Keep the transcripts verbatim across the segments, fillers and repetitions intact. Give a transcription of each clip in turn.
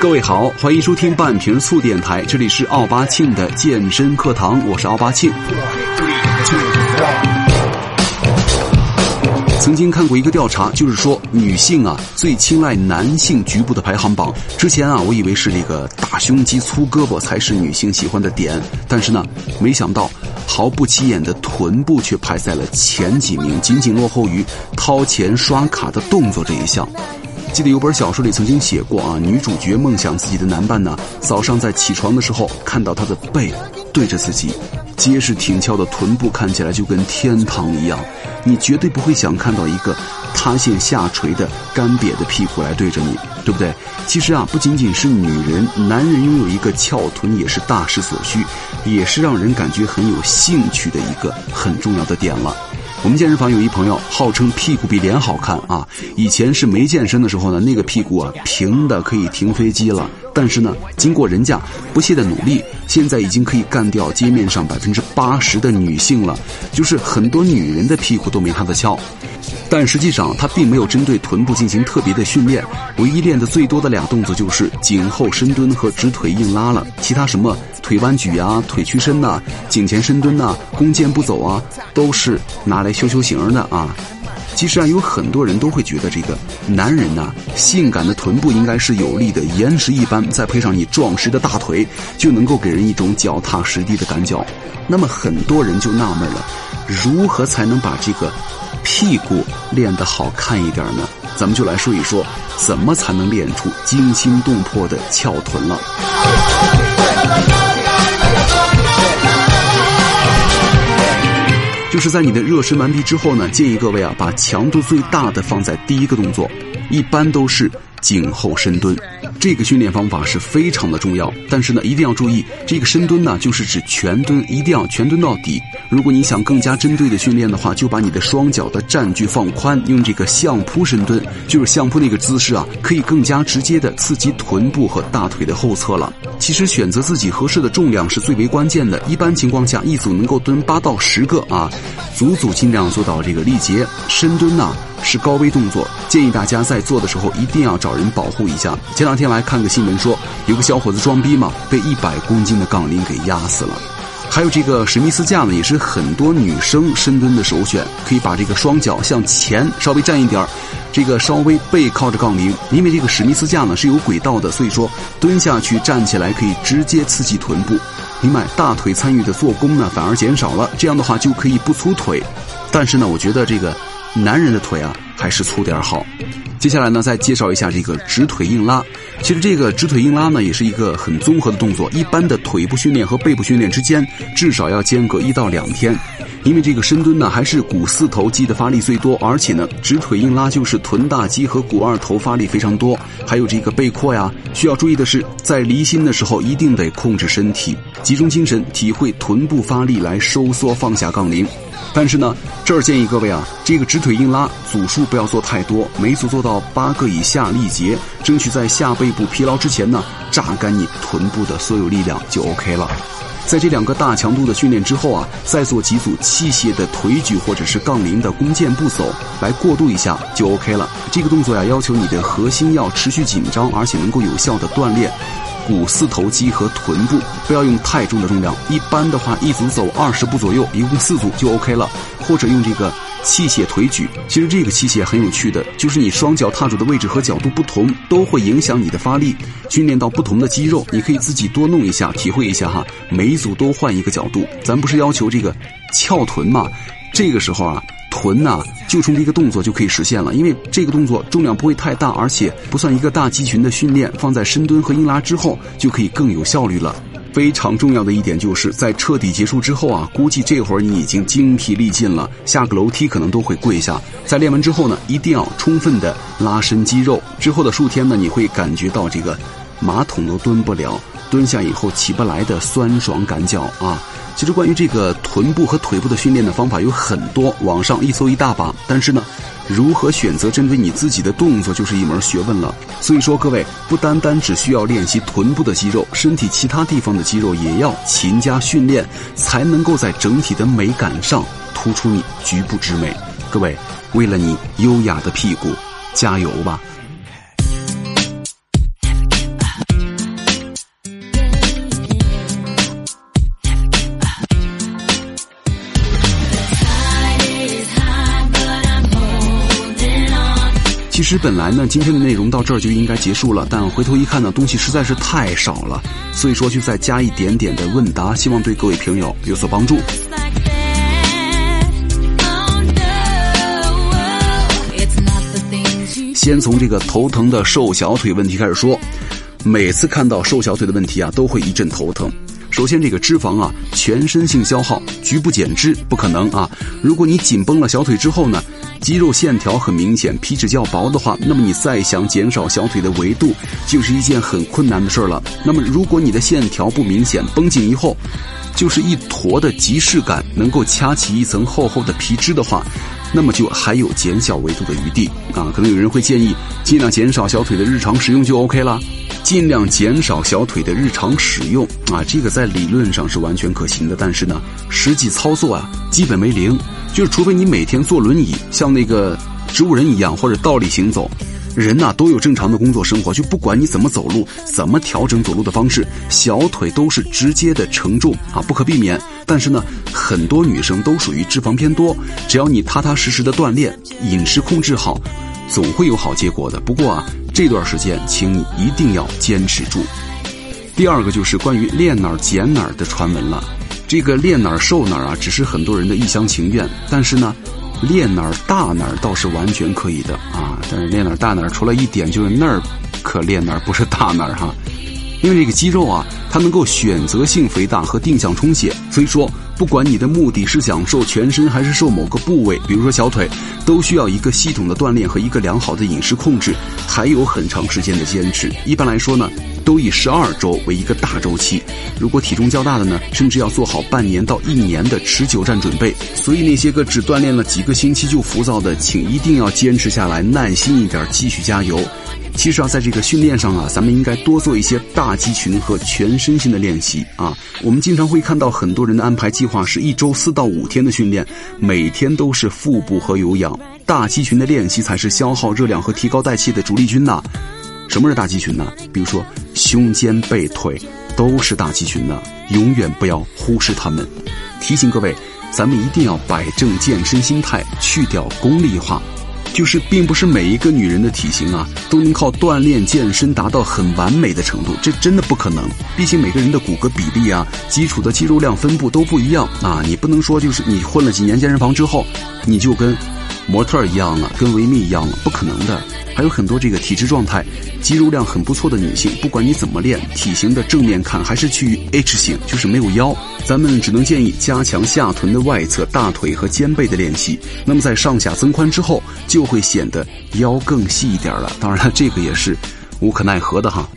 各位好，欢迎收听半瓶醋电台，这里是奥巴庆的健身课堂，我是奥巴庆。曾经看过一个调查，就是说女性啊最青睐男性局部的排行榜。之前啊我以为是这个大胸肌粗胳膊才是女性喜欢的点，但是呢没想到毫不起眼的臀部却排在了前几名，仅仅落后于掏钱刷卡的动作这一项。记得有本小说里曾经写过啊，女主角梦想自己的男伴呢，早上在起床的时候看到他的背对着自己，结实挺翘的臀部看起来就跟天堂一样，你绝对不会想看到一个塌陷下垂的干瘪的屁股来对着你，对不对？其实啊，不仅仅是女人，男人拥有一个翘臀也是大势所趋，也是让人感觉很有兴趣的一个很重要的点了。我们健身房有一朋友号称屁股比脸好看啊，以前是没健身的时候呢，那个屁股啊平的可以停飞机了，但是呢经过人家不懈的努力，现在已经可以干掉街面上百分之八十的女性了，就是很多女人的屁股都没她的翘。但实际上他并没有针对臀部进行特别的训练，唯一练的最多的俩动作就是颈后深蹲和直腿硬拉了，其他什么腿弯举啊、腿屈伸呐、颈前深蹲呐、弓箭步走啊，都是拿来修修形的啊。其实啊，有很多人都会觉得这个男人呐、啊，性感的臀部应该是有力的，岩石一般，再配上你壮实的大腿，就能够给人一种脚踏实地的感觉。那么很多人就纳闷了，如何才能把这个屁股练得好看一点呢？咱们就来说一说，怎么才能练出惊心动魄的翘臀了。就是在你的热身完毕之后呢，建议各位啊，把强度最大的放在第一个动作，一般都是颈后深蹲。这个训练方法是非常的重要，但是呢一定要注意，这个深蹲呢就是指全蹲，一定要全蹲到底。如果你想更加针对的训练的话，就把你的双脚的占据放宽，用这个相扑深蹲，就是相扑那个姿势啊，可以更加直接的刺激臀部和大腿的后侧了。其实选择自己合适的重量是最为关键的，一般情况下一组能够蹲八到十个啊，组组尽量做到这个力竭。深蹲呢、啊是高危动作，建议大家在做的时候一定要找人保护一下。前两天我还看个新闻说，有个小伙子装逼嘛，被一百公斤的杠铃给压死了。还有这个史密斯架呢，也是很多女生深蹲的首选，可以把这个双脚向前稍微站一点，这个稍微背靠着杠铃，因为这个史密斯架呢是有轨道的，所以说蹲下去站起来可以直接刺激臀部。另外大腿参与的做功呢反而减少了，这样的话就可以不粗腿。但是呢我觉得这个男人的腿啊还是粗点好。接下来呢再介绍一下这个直腿硬拉。其实这个直腿硬拉呢也是一个很综合的动作，一般的腿部训练和背部训练之间至少要间隔一到两天。因为这个深蹲呢还是股四头肌的发力最多，而且呢直腿硬拉就是臀大肌和股二头发力非常多，还有这个背阔呀。需要注意的是，在离心的时候一定得控制身体，集中精神体会臀部发力来收缩放下杠铃。但是呢这儿建议各位啊，这个直腿硬拉组数不要做太多，每组做到八个以下力竭，争取在下背部疲劳之前呢榨干你臀部的所有力量就 OK 了。在这两个大强度的训练之后啊，再做几组器械的腿举或者是杠铃的弓箭步走来过渡一下就 OK 了。这个动作呀、啊、要求你的核心要持续紧张，而且能够有效的锻炼股四头肌和臀部，不要用太重的重量，一般的话一组走二十步左右，一共四组就 OK 了。或者用这个器械腿举，其实这个器械很有趣的，就是你双脚踏住的位置和角度不同，都会影响你的发力，训练到不同的肌肉，你可以自己多弄一下，体会一下哈。每一组都换一个角度，咱不是要求这个翘臀嘛，这个时候啊臀呐、啊、就从这个动作就可以实现了，因为这个动作重量不会太大，而且不算一个大肌群的训练，放在深蹲和硬拉之后就可以更有效率了。非常重要的一点就是在彻底结束之后啊，估计这会儿你已经精疲力尽了，下个楼梯可能都会跪下。在练完之后呢，一定要充分的拉伸肌肉，之后的数天呢，你会感觉到这个马桶都蹲不了，蹲下以后起不来的酸爽感觉啊。其实关于这个臀部和腿部的训练的方法有很多，网上一搜一大把，但是呢如何选择针对你自己的动作就是一门学问了。所以说各位不单单只需要练习臀部的肌肉，身体其他地方的肌肉也要勤加训练，才能够在整体的美感上突出你局部之美。各位为了你优雅的屁股加油吧。 实本来呢，今天的内容到这儿就应该结束了，但回头一看呢，东西实在是太少了，所以说就再加一点点的问答，希望对各位评友有所帮助。先从这个头疼的瘦小腿问题开始说，每次看到瘦小腿的问题啊，都会一阵头疼。首先这个脂肪啊，全身性消耗，局部减脂不可能啊。如果你紧绷了小腿之后呢，肌肉线条很明显，皮脂较薄的话，那么你再想减少小腿的维度，就是一件很困难的事了。那么如果你的线条不明显，绷紧以后就是一坨的即视感，能够掐起一层厚厚的皮脂的话，那么就还有减小维度的余地啊。可能有人会建议尽量减少小腿的日常使用就 OK 了。尽量减少小腿的日常使用啊，这个在理论上是完全可行的，但是呢，实际操作啊，基本为零。就是除非你每天坐轮椅，像那个植物人一样，或者倒立行走，人呐、啊、都有正常的工作生活，就不管你怎么走路，怎么调整走路的方式，小腿都是直接的承重啊，不可避免。但是呢，很多女生都属于脂肪偏多，只要你踏踏实实的锻炼，饮食控制好，总会有好结果的。不过啊，这段时间请你一定要坚持住。第二个就是关于练哪儿减哪儿的传闻了。这个练哪儿瘦哪儿啊，只是很多人的一厢情愿，但是呢，练哪儿大哪儿倒是完全可以的啊。但是练哪儿大哪儿，除了一点就是那儿可练哪儿，不是大哪儿哈。因为这个肌肉啊，它能够选择性肥大和定向充血，所以说不管你的目的是想瘦全身还是瘦某个部位，比如说小腿，都需要一个系统的锻炼和一个良好的饮食控制，还有很长时间的坚持。一般来说呢，都以十二周为一个大周期，如果体重较大的呢，甚至要做好半年到一年的持久战准备。所以那些个只锻炼了几个星期就浮躁的，请一定要坚持下来，耐心一点，继续加油。其实啊，在这个训练上啊，咱们应该多做一些大肌群和全身性的练习啊。我们经常会看到很多人的安排计划是一周四到五天的训练，每天都是腹部和有氧，大肌群的练习才是消耗热量和提高代谢的主力军呐。什么是大肌群呢？比如说胸肩背腿都是大肌群呢，永远不要忽视他们。提醒各位，咱们一定要摆正健身心态，去掉功利化。就是并不是每一个女人的体型啊都能靠锻炼健身达到很完美的程度，这真的不可能。毕竟每个人的骨骼比例啊，基础的肌肉量分布都不一样啊，你不能说就是你混了几年健身房之后，你就跟模特一样了，跟维密一样了，不可能的。还有很多这个体质状态肌肉量很不错的女性，不管你怎么练，体型的正面看还是趋于 H 型，就是没有腰。咱们只能建议加强下臀的外侧、大腿和肩背的练习，那么在上下增宽之后，就会显得腰更细一点了。当然了，这个也是无可奈何的哈。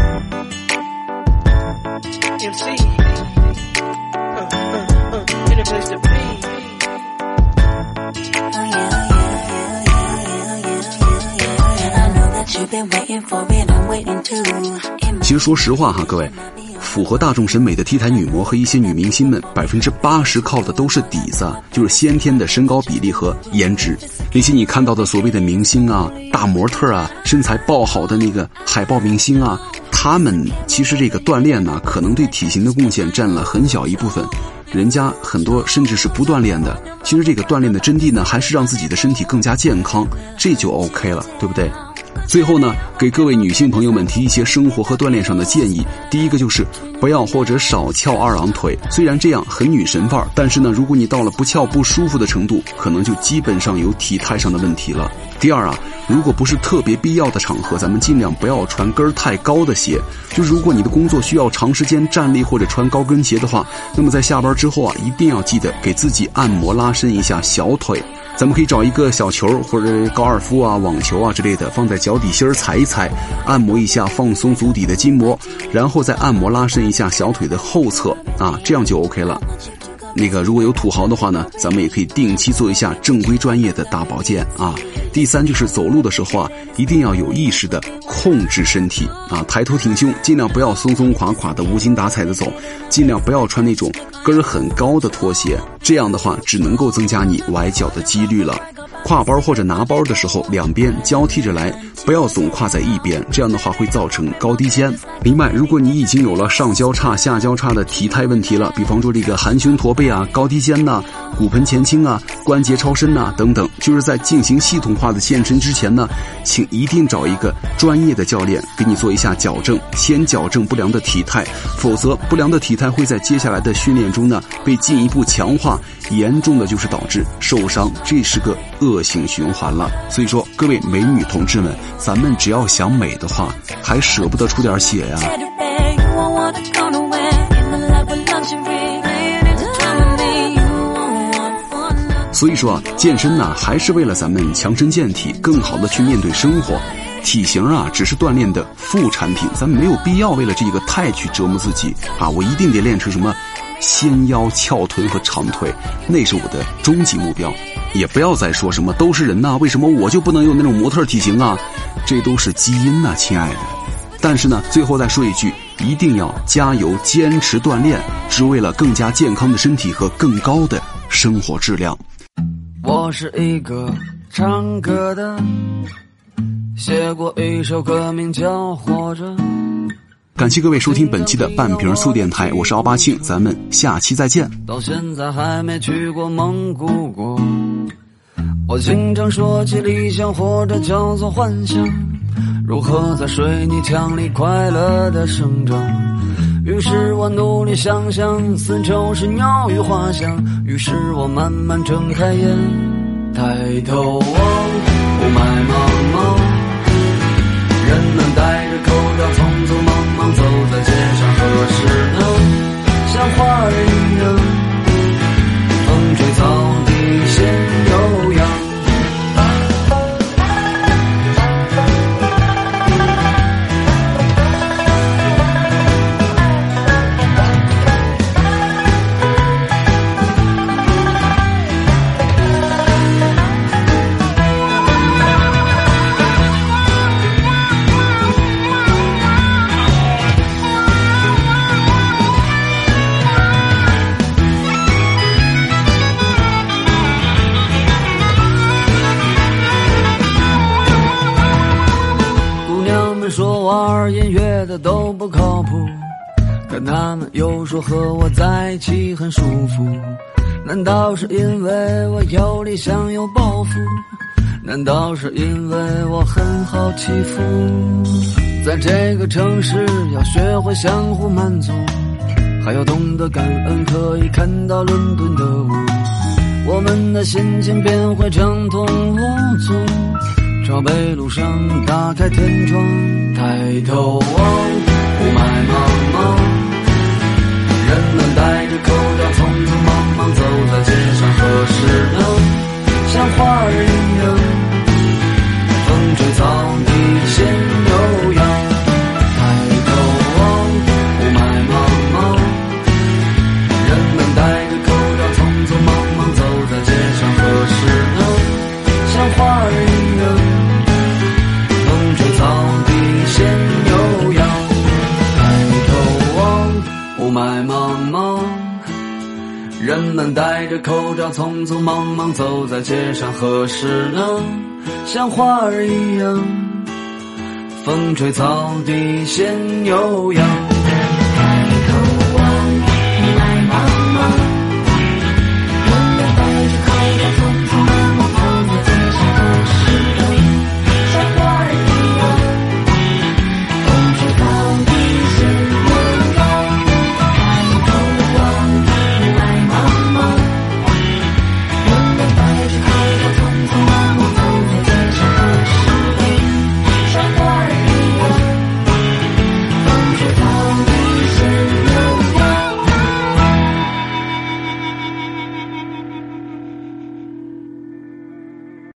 其实说实话哈，各位，符合大众审美的 T 台女模和一些女明星们，百分之八十靠的都是底子，就是先天的身高比例和颜值。那些你看到的所谓的明星啊、大模特啊、身材爆好的那个海报明星啊，他们其实这个锻炼呢，可能对体型的贡献占了很小一部分。人家很多甚至是不锻炼的，其实这个锻炼的真谛呢，还是让自己的身体更加健康，这就 OK 了，对不对？最后呢，给各位女性朋友们提一些生活和锻炼上的建议。第一个就是不要或者少翘二郎腿，虽然这样很女神范儿，但是呢，如果你到了不翘不舒服的程度，可能就基本上有体态上的问题了。第二啊，如果不是特别必要的场合，咱们尽量不要穿跟儿太高的鞋。就是如果你的工作需要长时间站立或者穿高跟鞋的话，那么在下班之后啊，一定要记得给自己按摩拉伸一下小腿。咱们可以找一个小球或者高尔夫啊、网球啊之类的，放在脚底心儿踩一踩，按摩一下，放松足底的筋膜，然后再按摩拉伸一下小腿的后侧啊，这样就 OK 了。那个如果有土豪的话呢，咱们也可以定期做一下正规专业的大保健啊。第三就是走路的时候啊，一定要有意识的控制身体啊，抬头挺胸，尽量不要松松垮垮的无精打采的走，尽量不要穿那种跟儿很高的拖鞋，这样的话只能够增加你崴脚的几率了。挎包或者拿包的时候，两边交替着来， 不要总跨在一边，这样的话会造成高低肩。另外，如果你已经有了上交叉下交叉的体态问题了，比方说这个含胸驼背啊、高低肩呐、啊、骨盆前倾啊、关节超伸呐、啊、等等，就是在进行系统化的健身之前呢，请一定找一个专业的教练给你做一下矫正，先矫正不良的体态，否则不良的体态会在接下来的训练中呢被进一步强化，严重的就是导致受伤，这是个恶性循环了。所以说各位美女同志们，咱们只要想美的话，还舍不得出点血呀、啊。所以说啊，健身呢还是为了咱们强身健体，更好的去面对生活。体型啊只是锻炼的副产品，咱们没有必要为了这个态去折磨自己啊！我一定得练成什么纤腰、翘臀和长腿，那是我的终极目标。也不要再说什么都是人呐、啊，为什么我就不能有那种模特体型啊？这都是基因呐、啊，亲爱的。但是呢，最后再说一句，一定要加油，坚持锻炼，只为了更加健康的身体和更高的生活质量。 我是一个唱歌的，写过一首歌名叫《活着》。 感谢各位收听本期的半瓶醋电台，我是奥巴庆，咱们下期再见。 到现在还没去过蒙古国，我经常说起理想或者叫做幻想，如何在水泥墙里快乐地生长。于是我努力想象，四周是鸟语花香。于是我慢慢睁开眼，抬头望，雾霾茫茫，人们戴着口罩匆匆忙忙走在街上，何时能像花儿一样，风吹草低见悠扬。说玩音乐的都不靠谱，可他们又说和我在一起很舒服。难道是因为我有理想有抱负？难道是因为我很好欺负？在这个城市要学会相互满足，还要懂得感恩，可以看到伦敦的雾，我们的心情便会畅通无阻。朝北路上打开天窗，抬头望，雾霾茫茫，人们戴着口罩匆匆忙忙走在街上，何时能像花儿一样，风吹草低见悠扬。抬头望，雾霾茫茫，人们戴着口罩匆匆忙忙走在街上，何时能像花儿一样，人们戴着口罩匆匆忙忙走在街上，何时能像花儿一样，风吹草低见悠扬。抬头望，雾霾茫茫，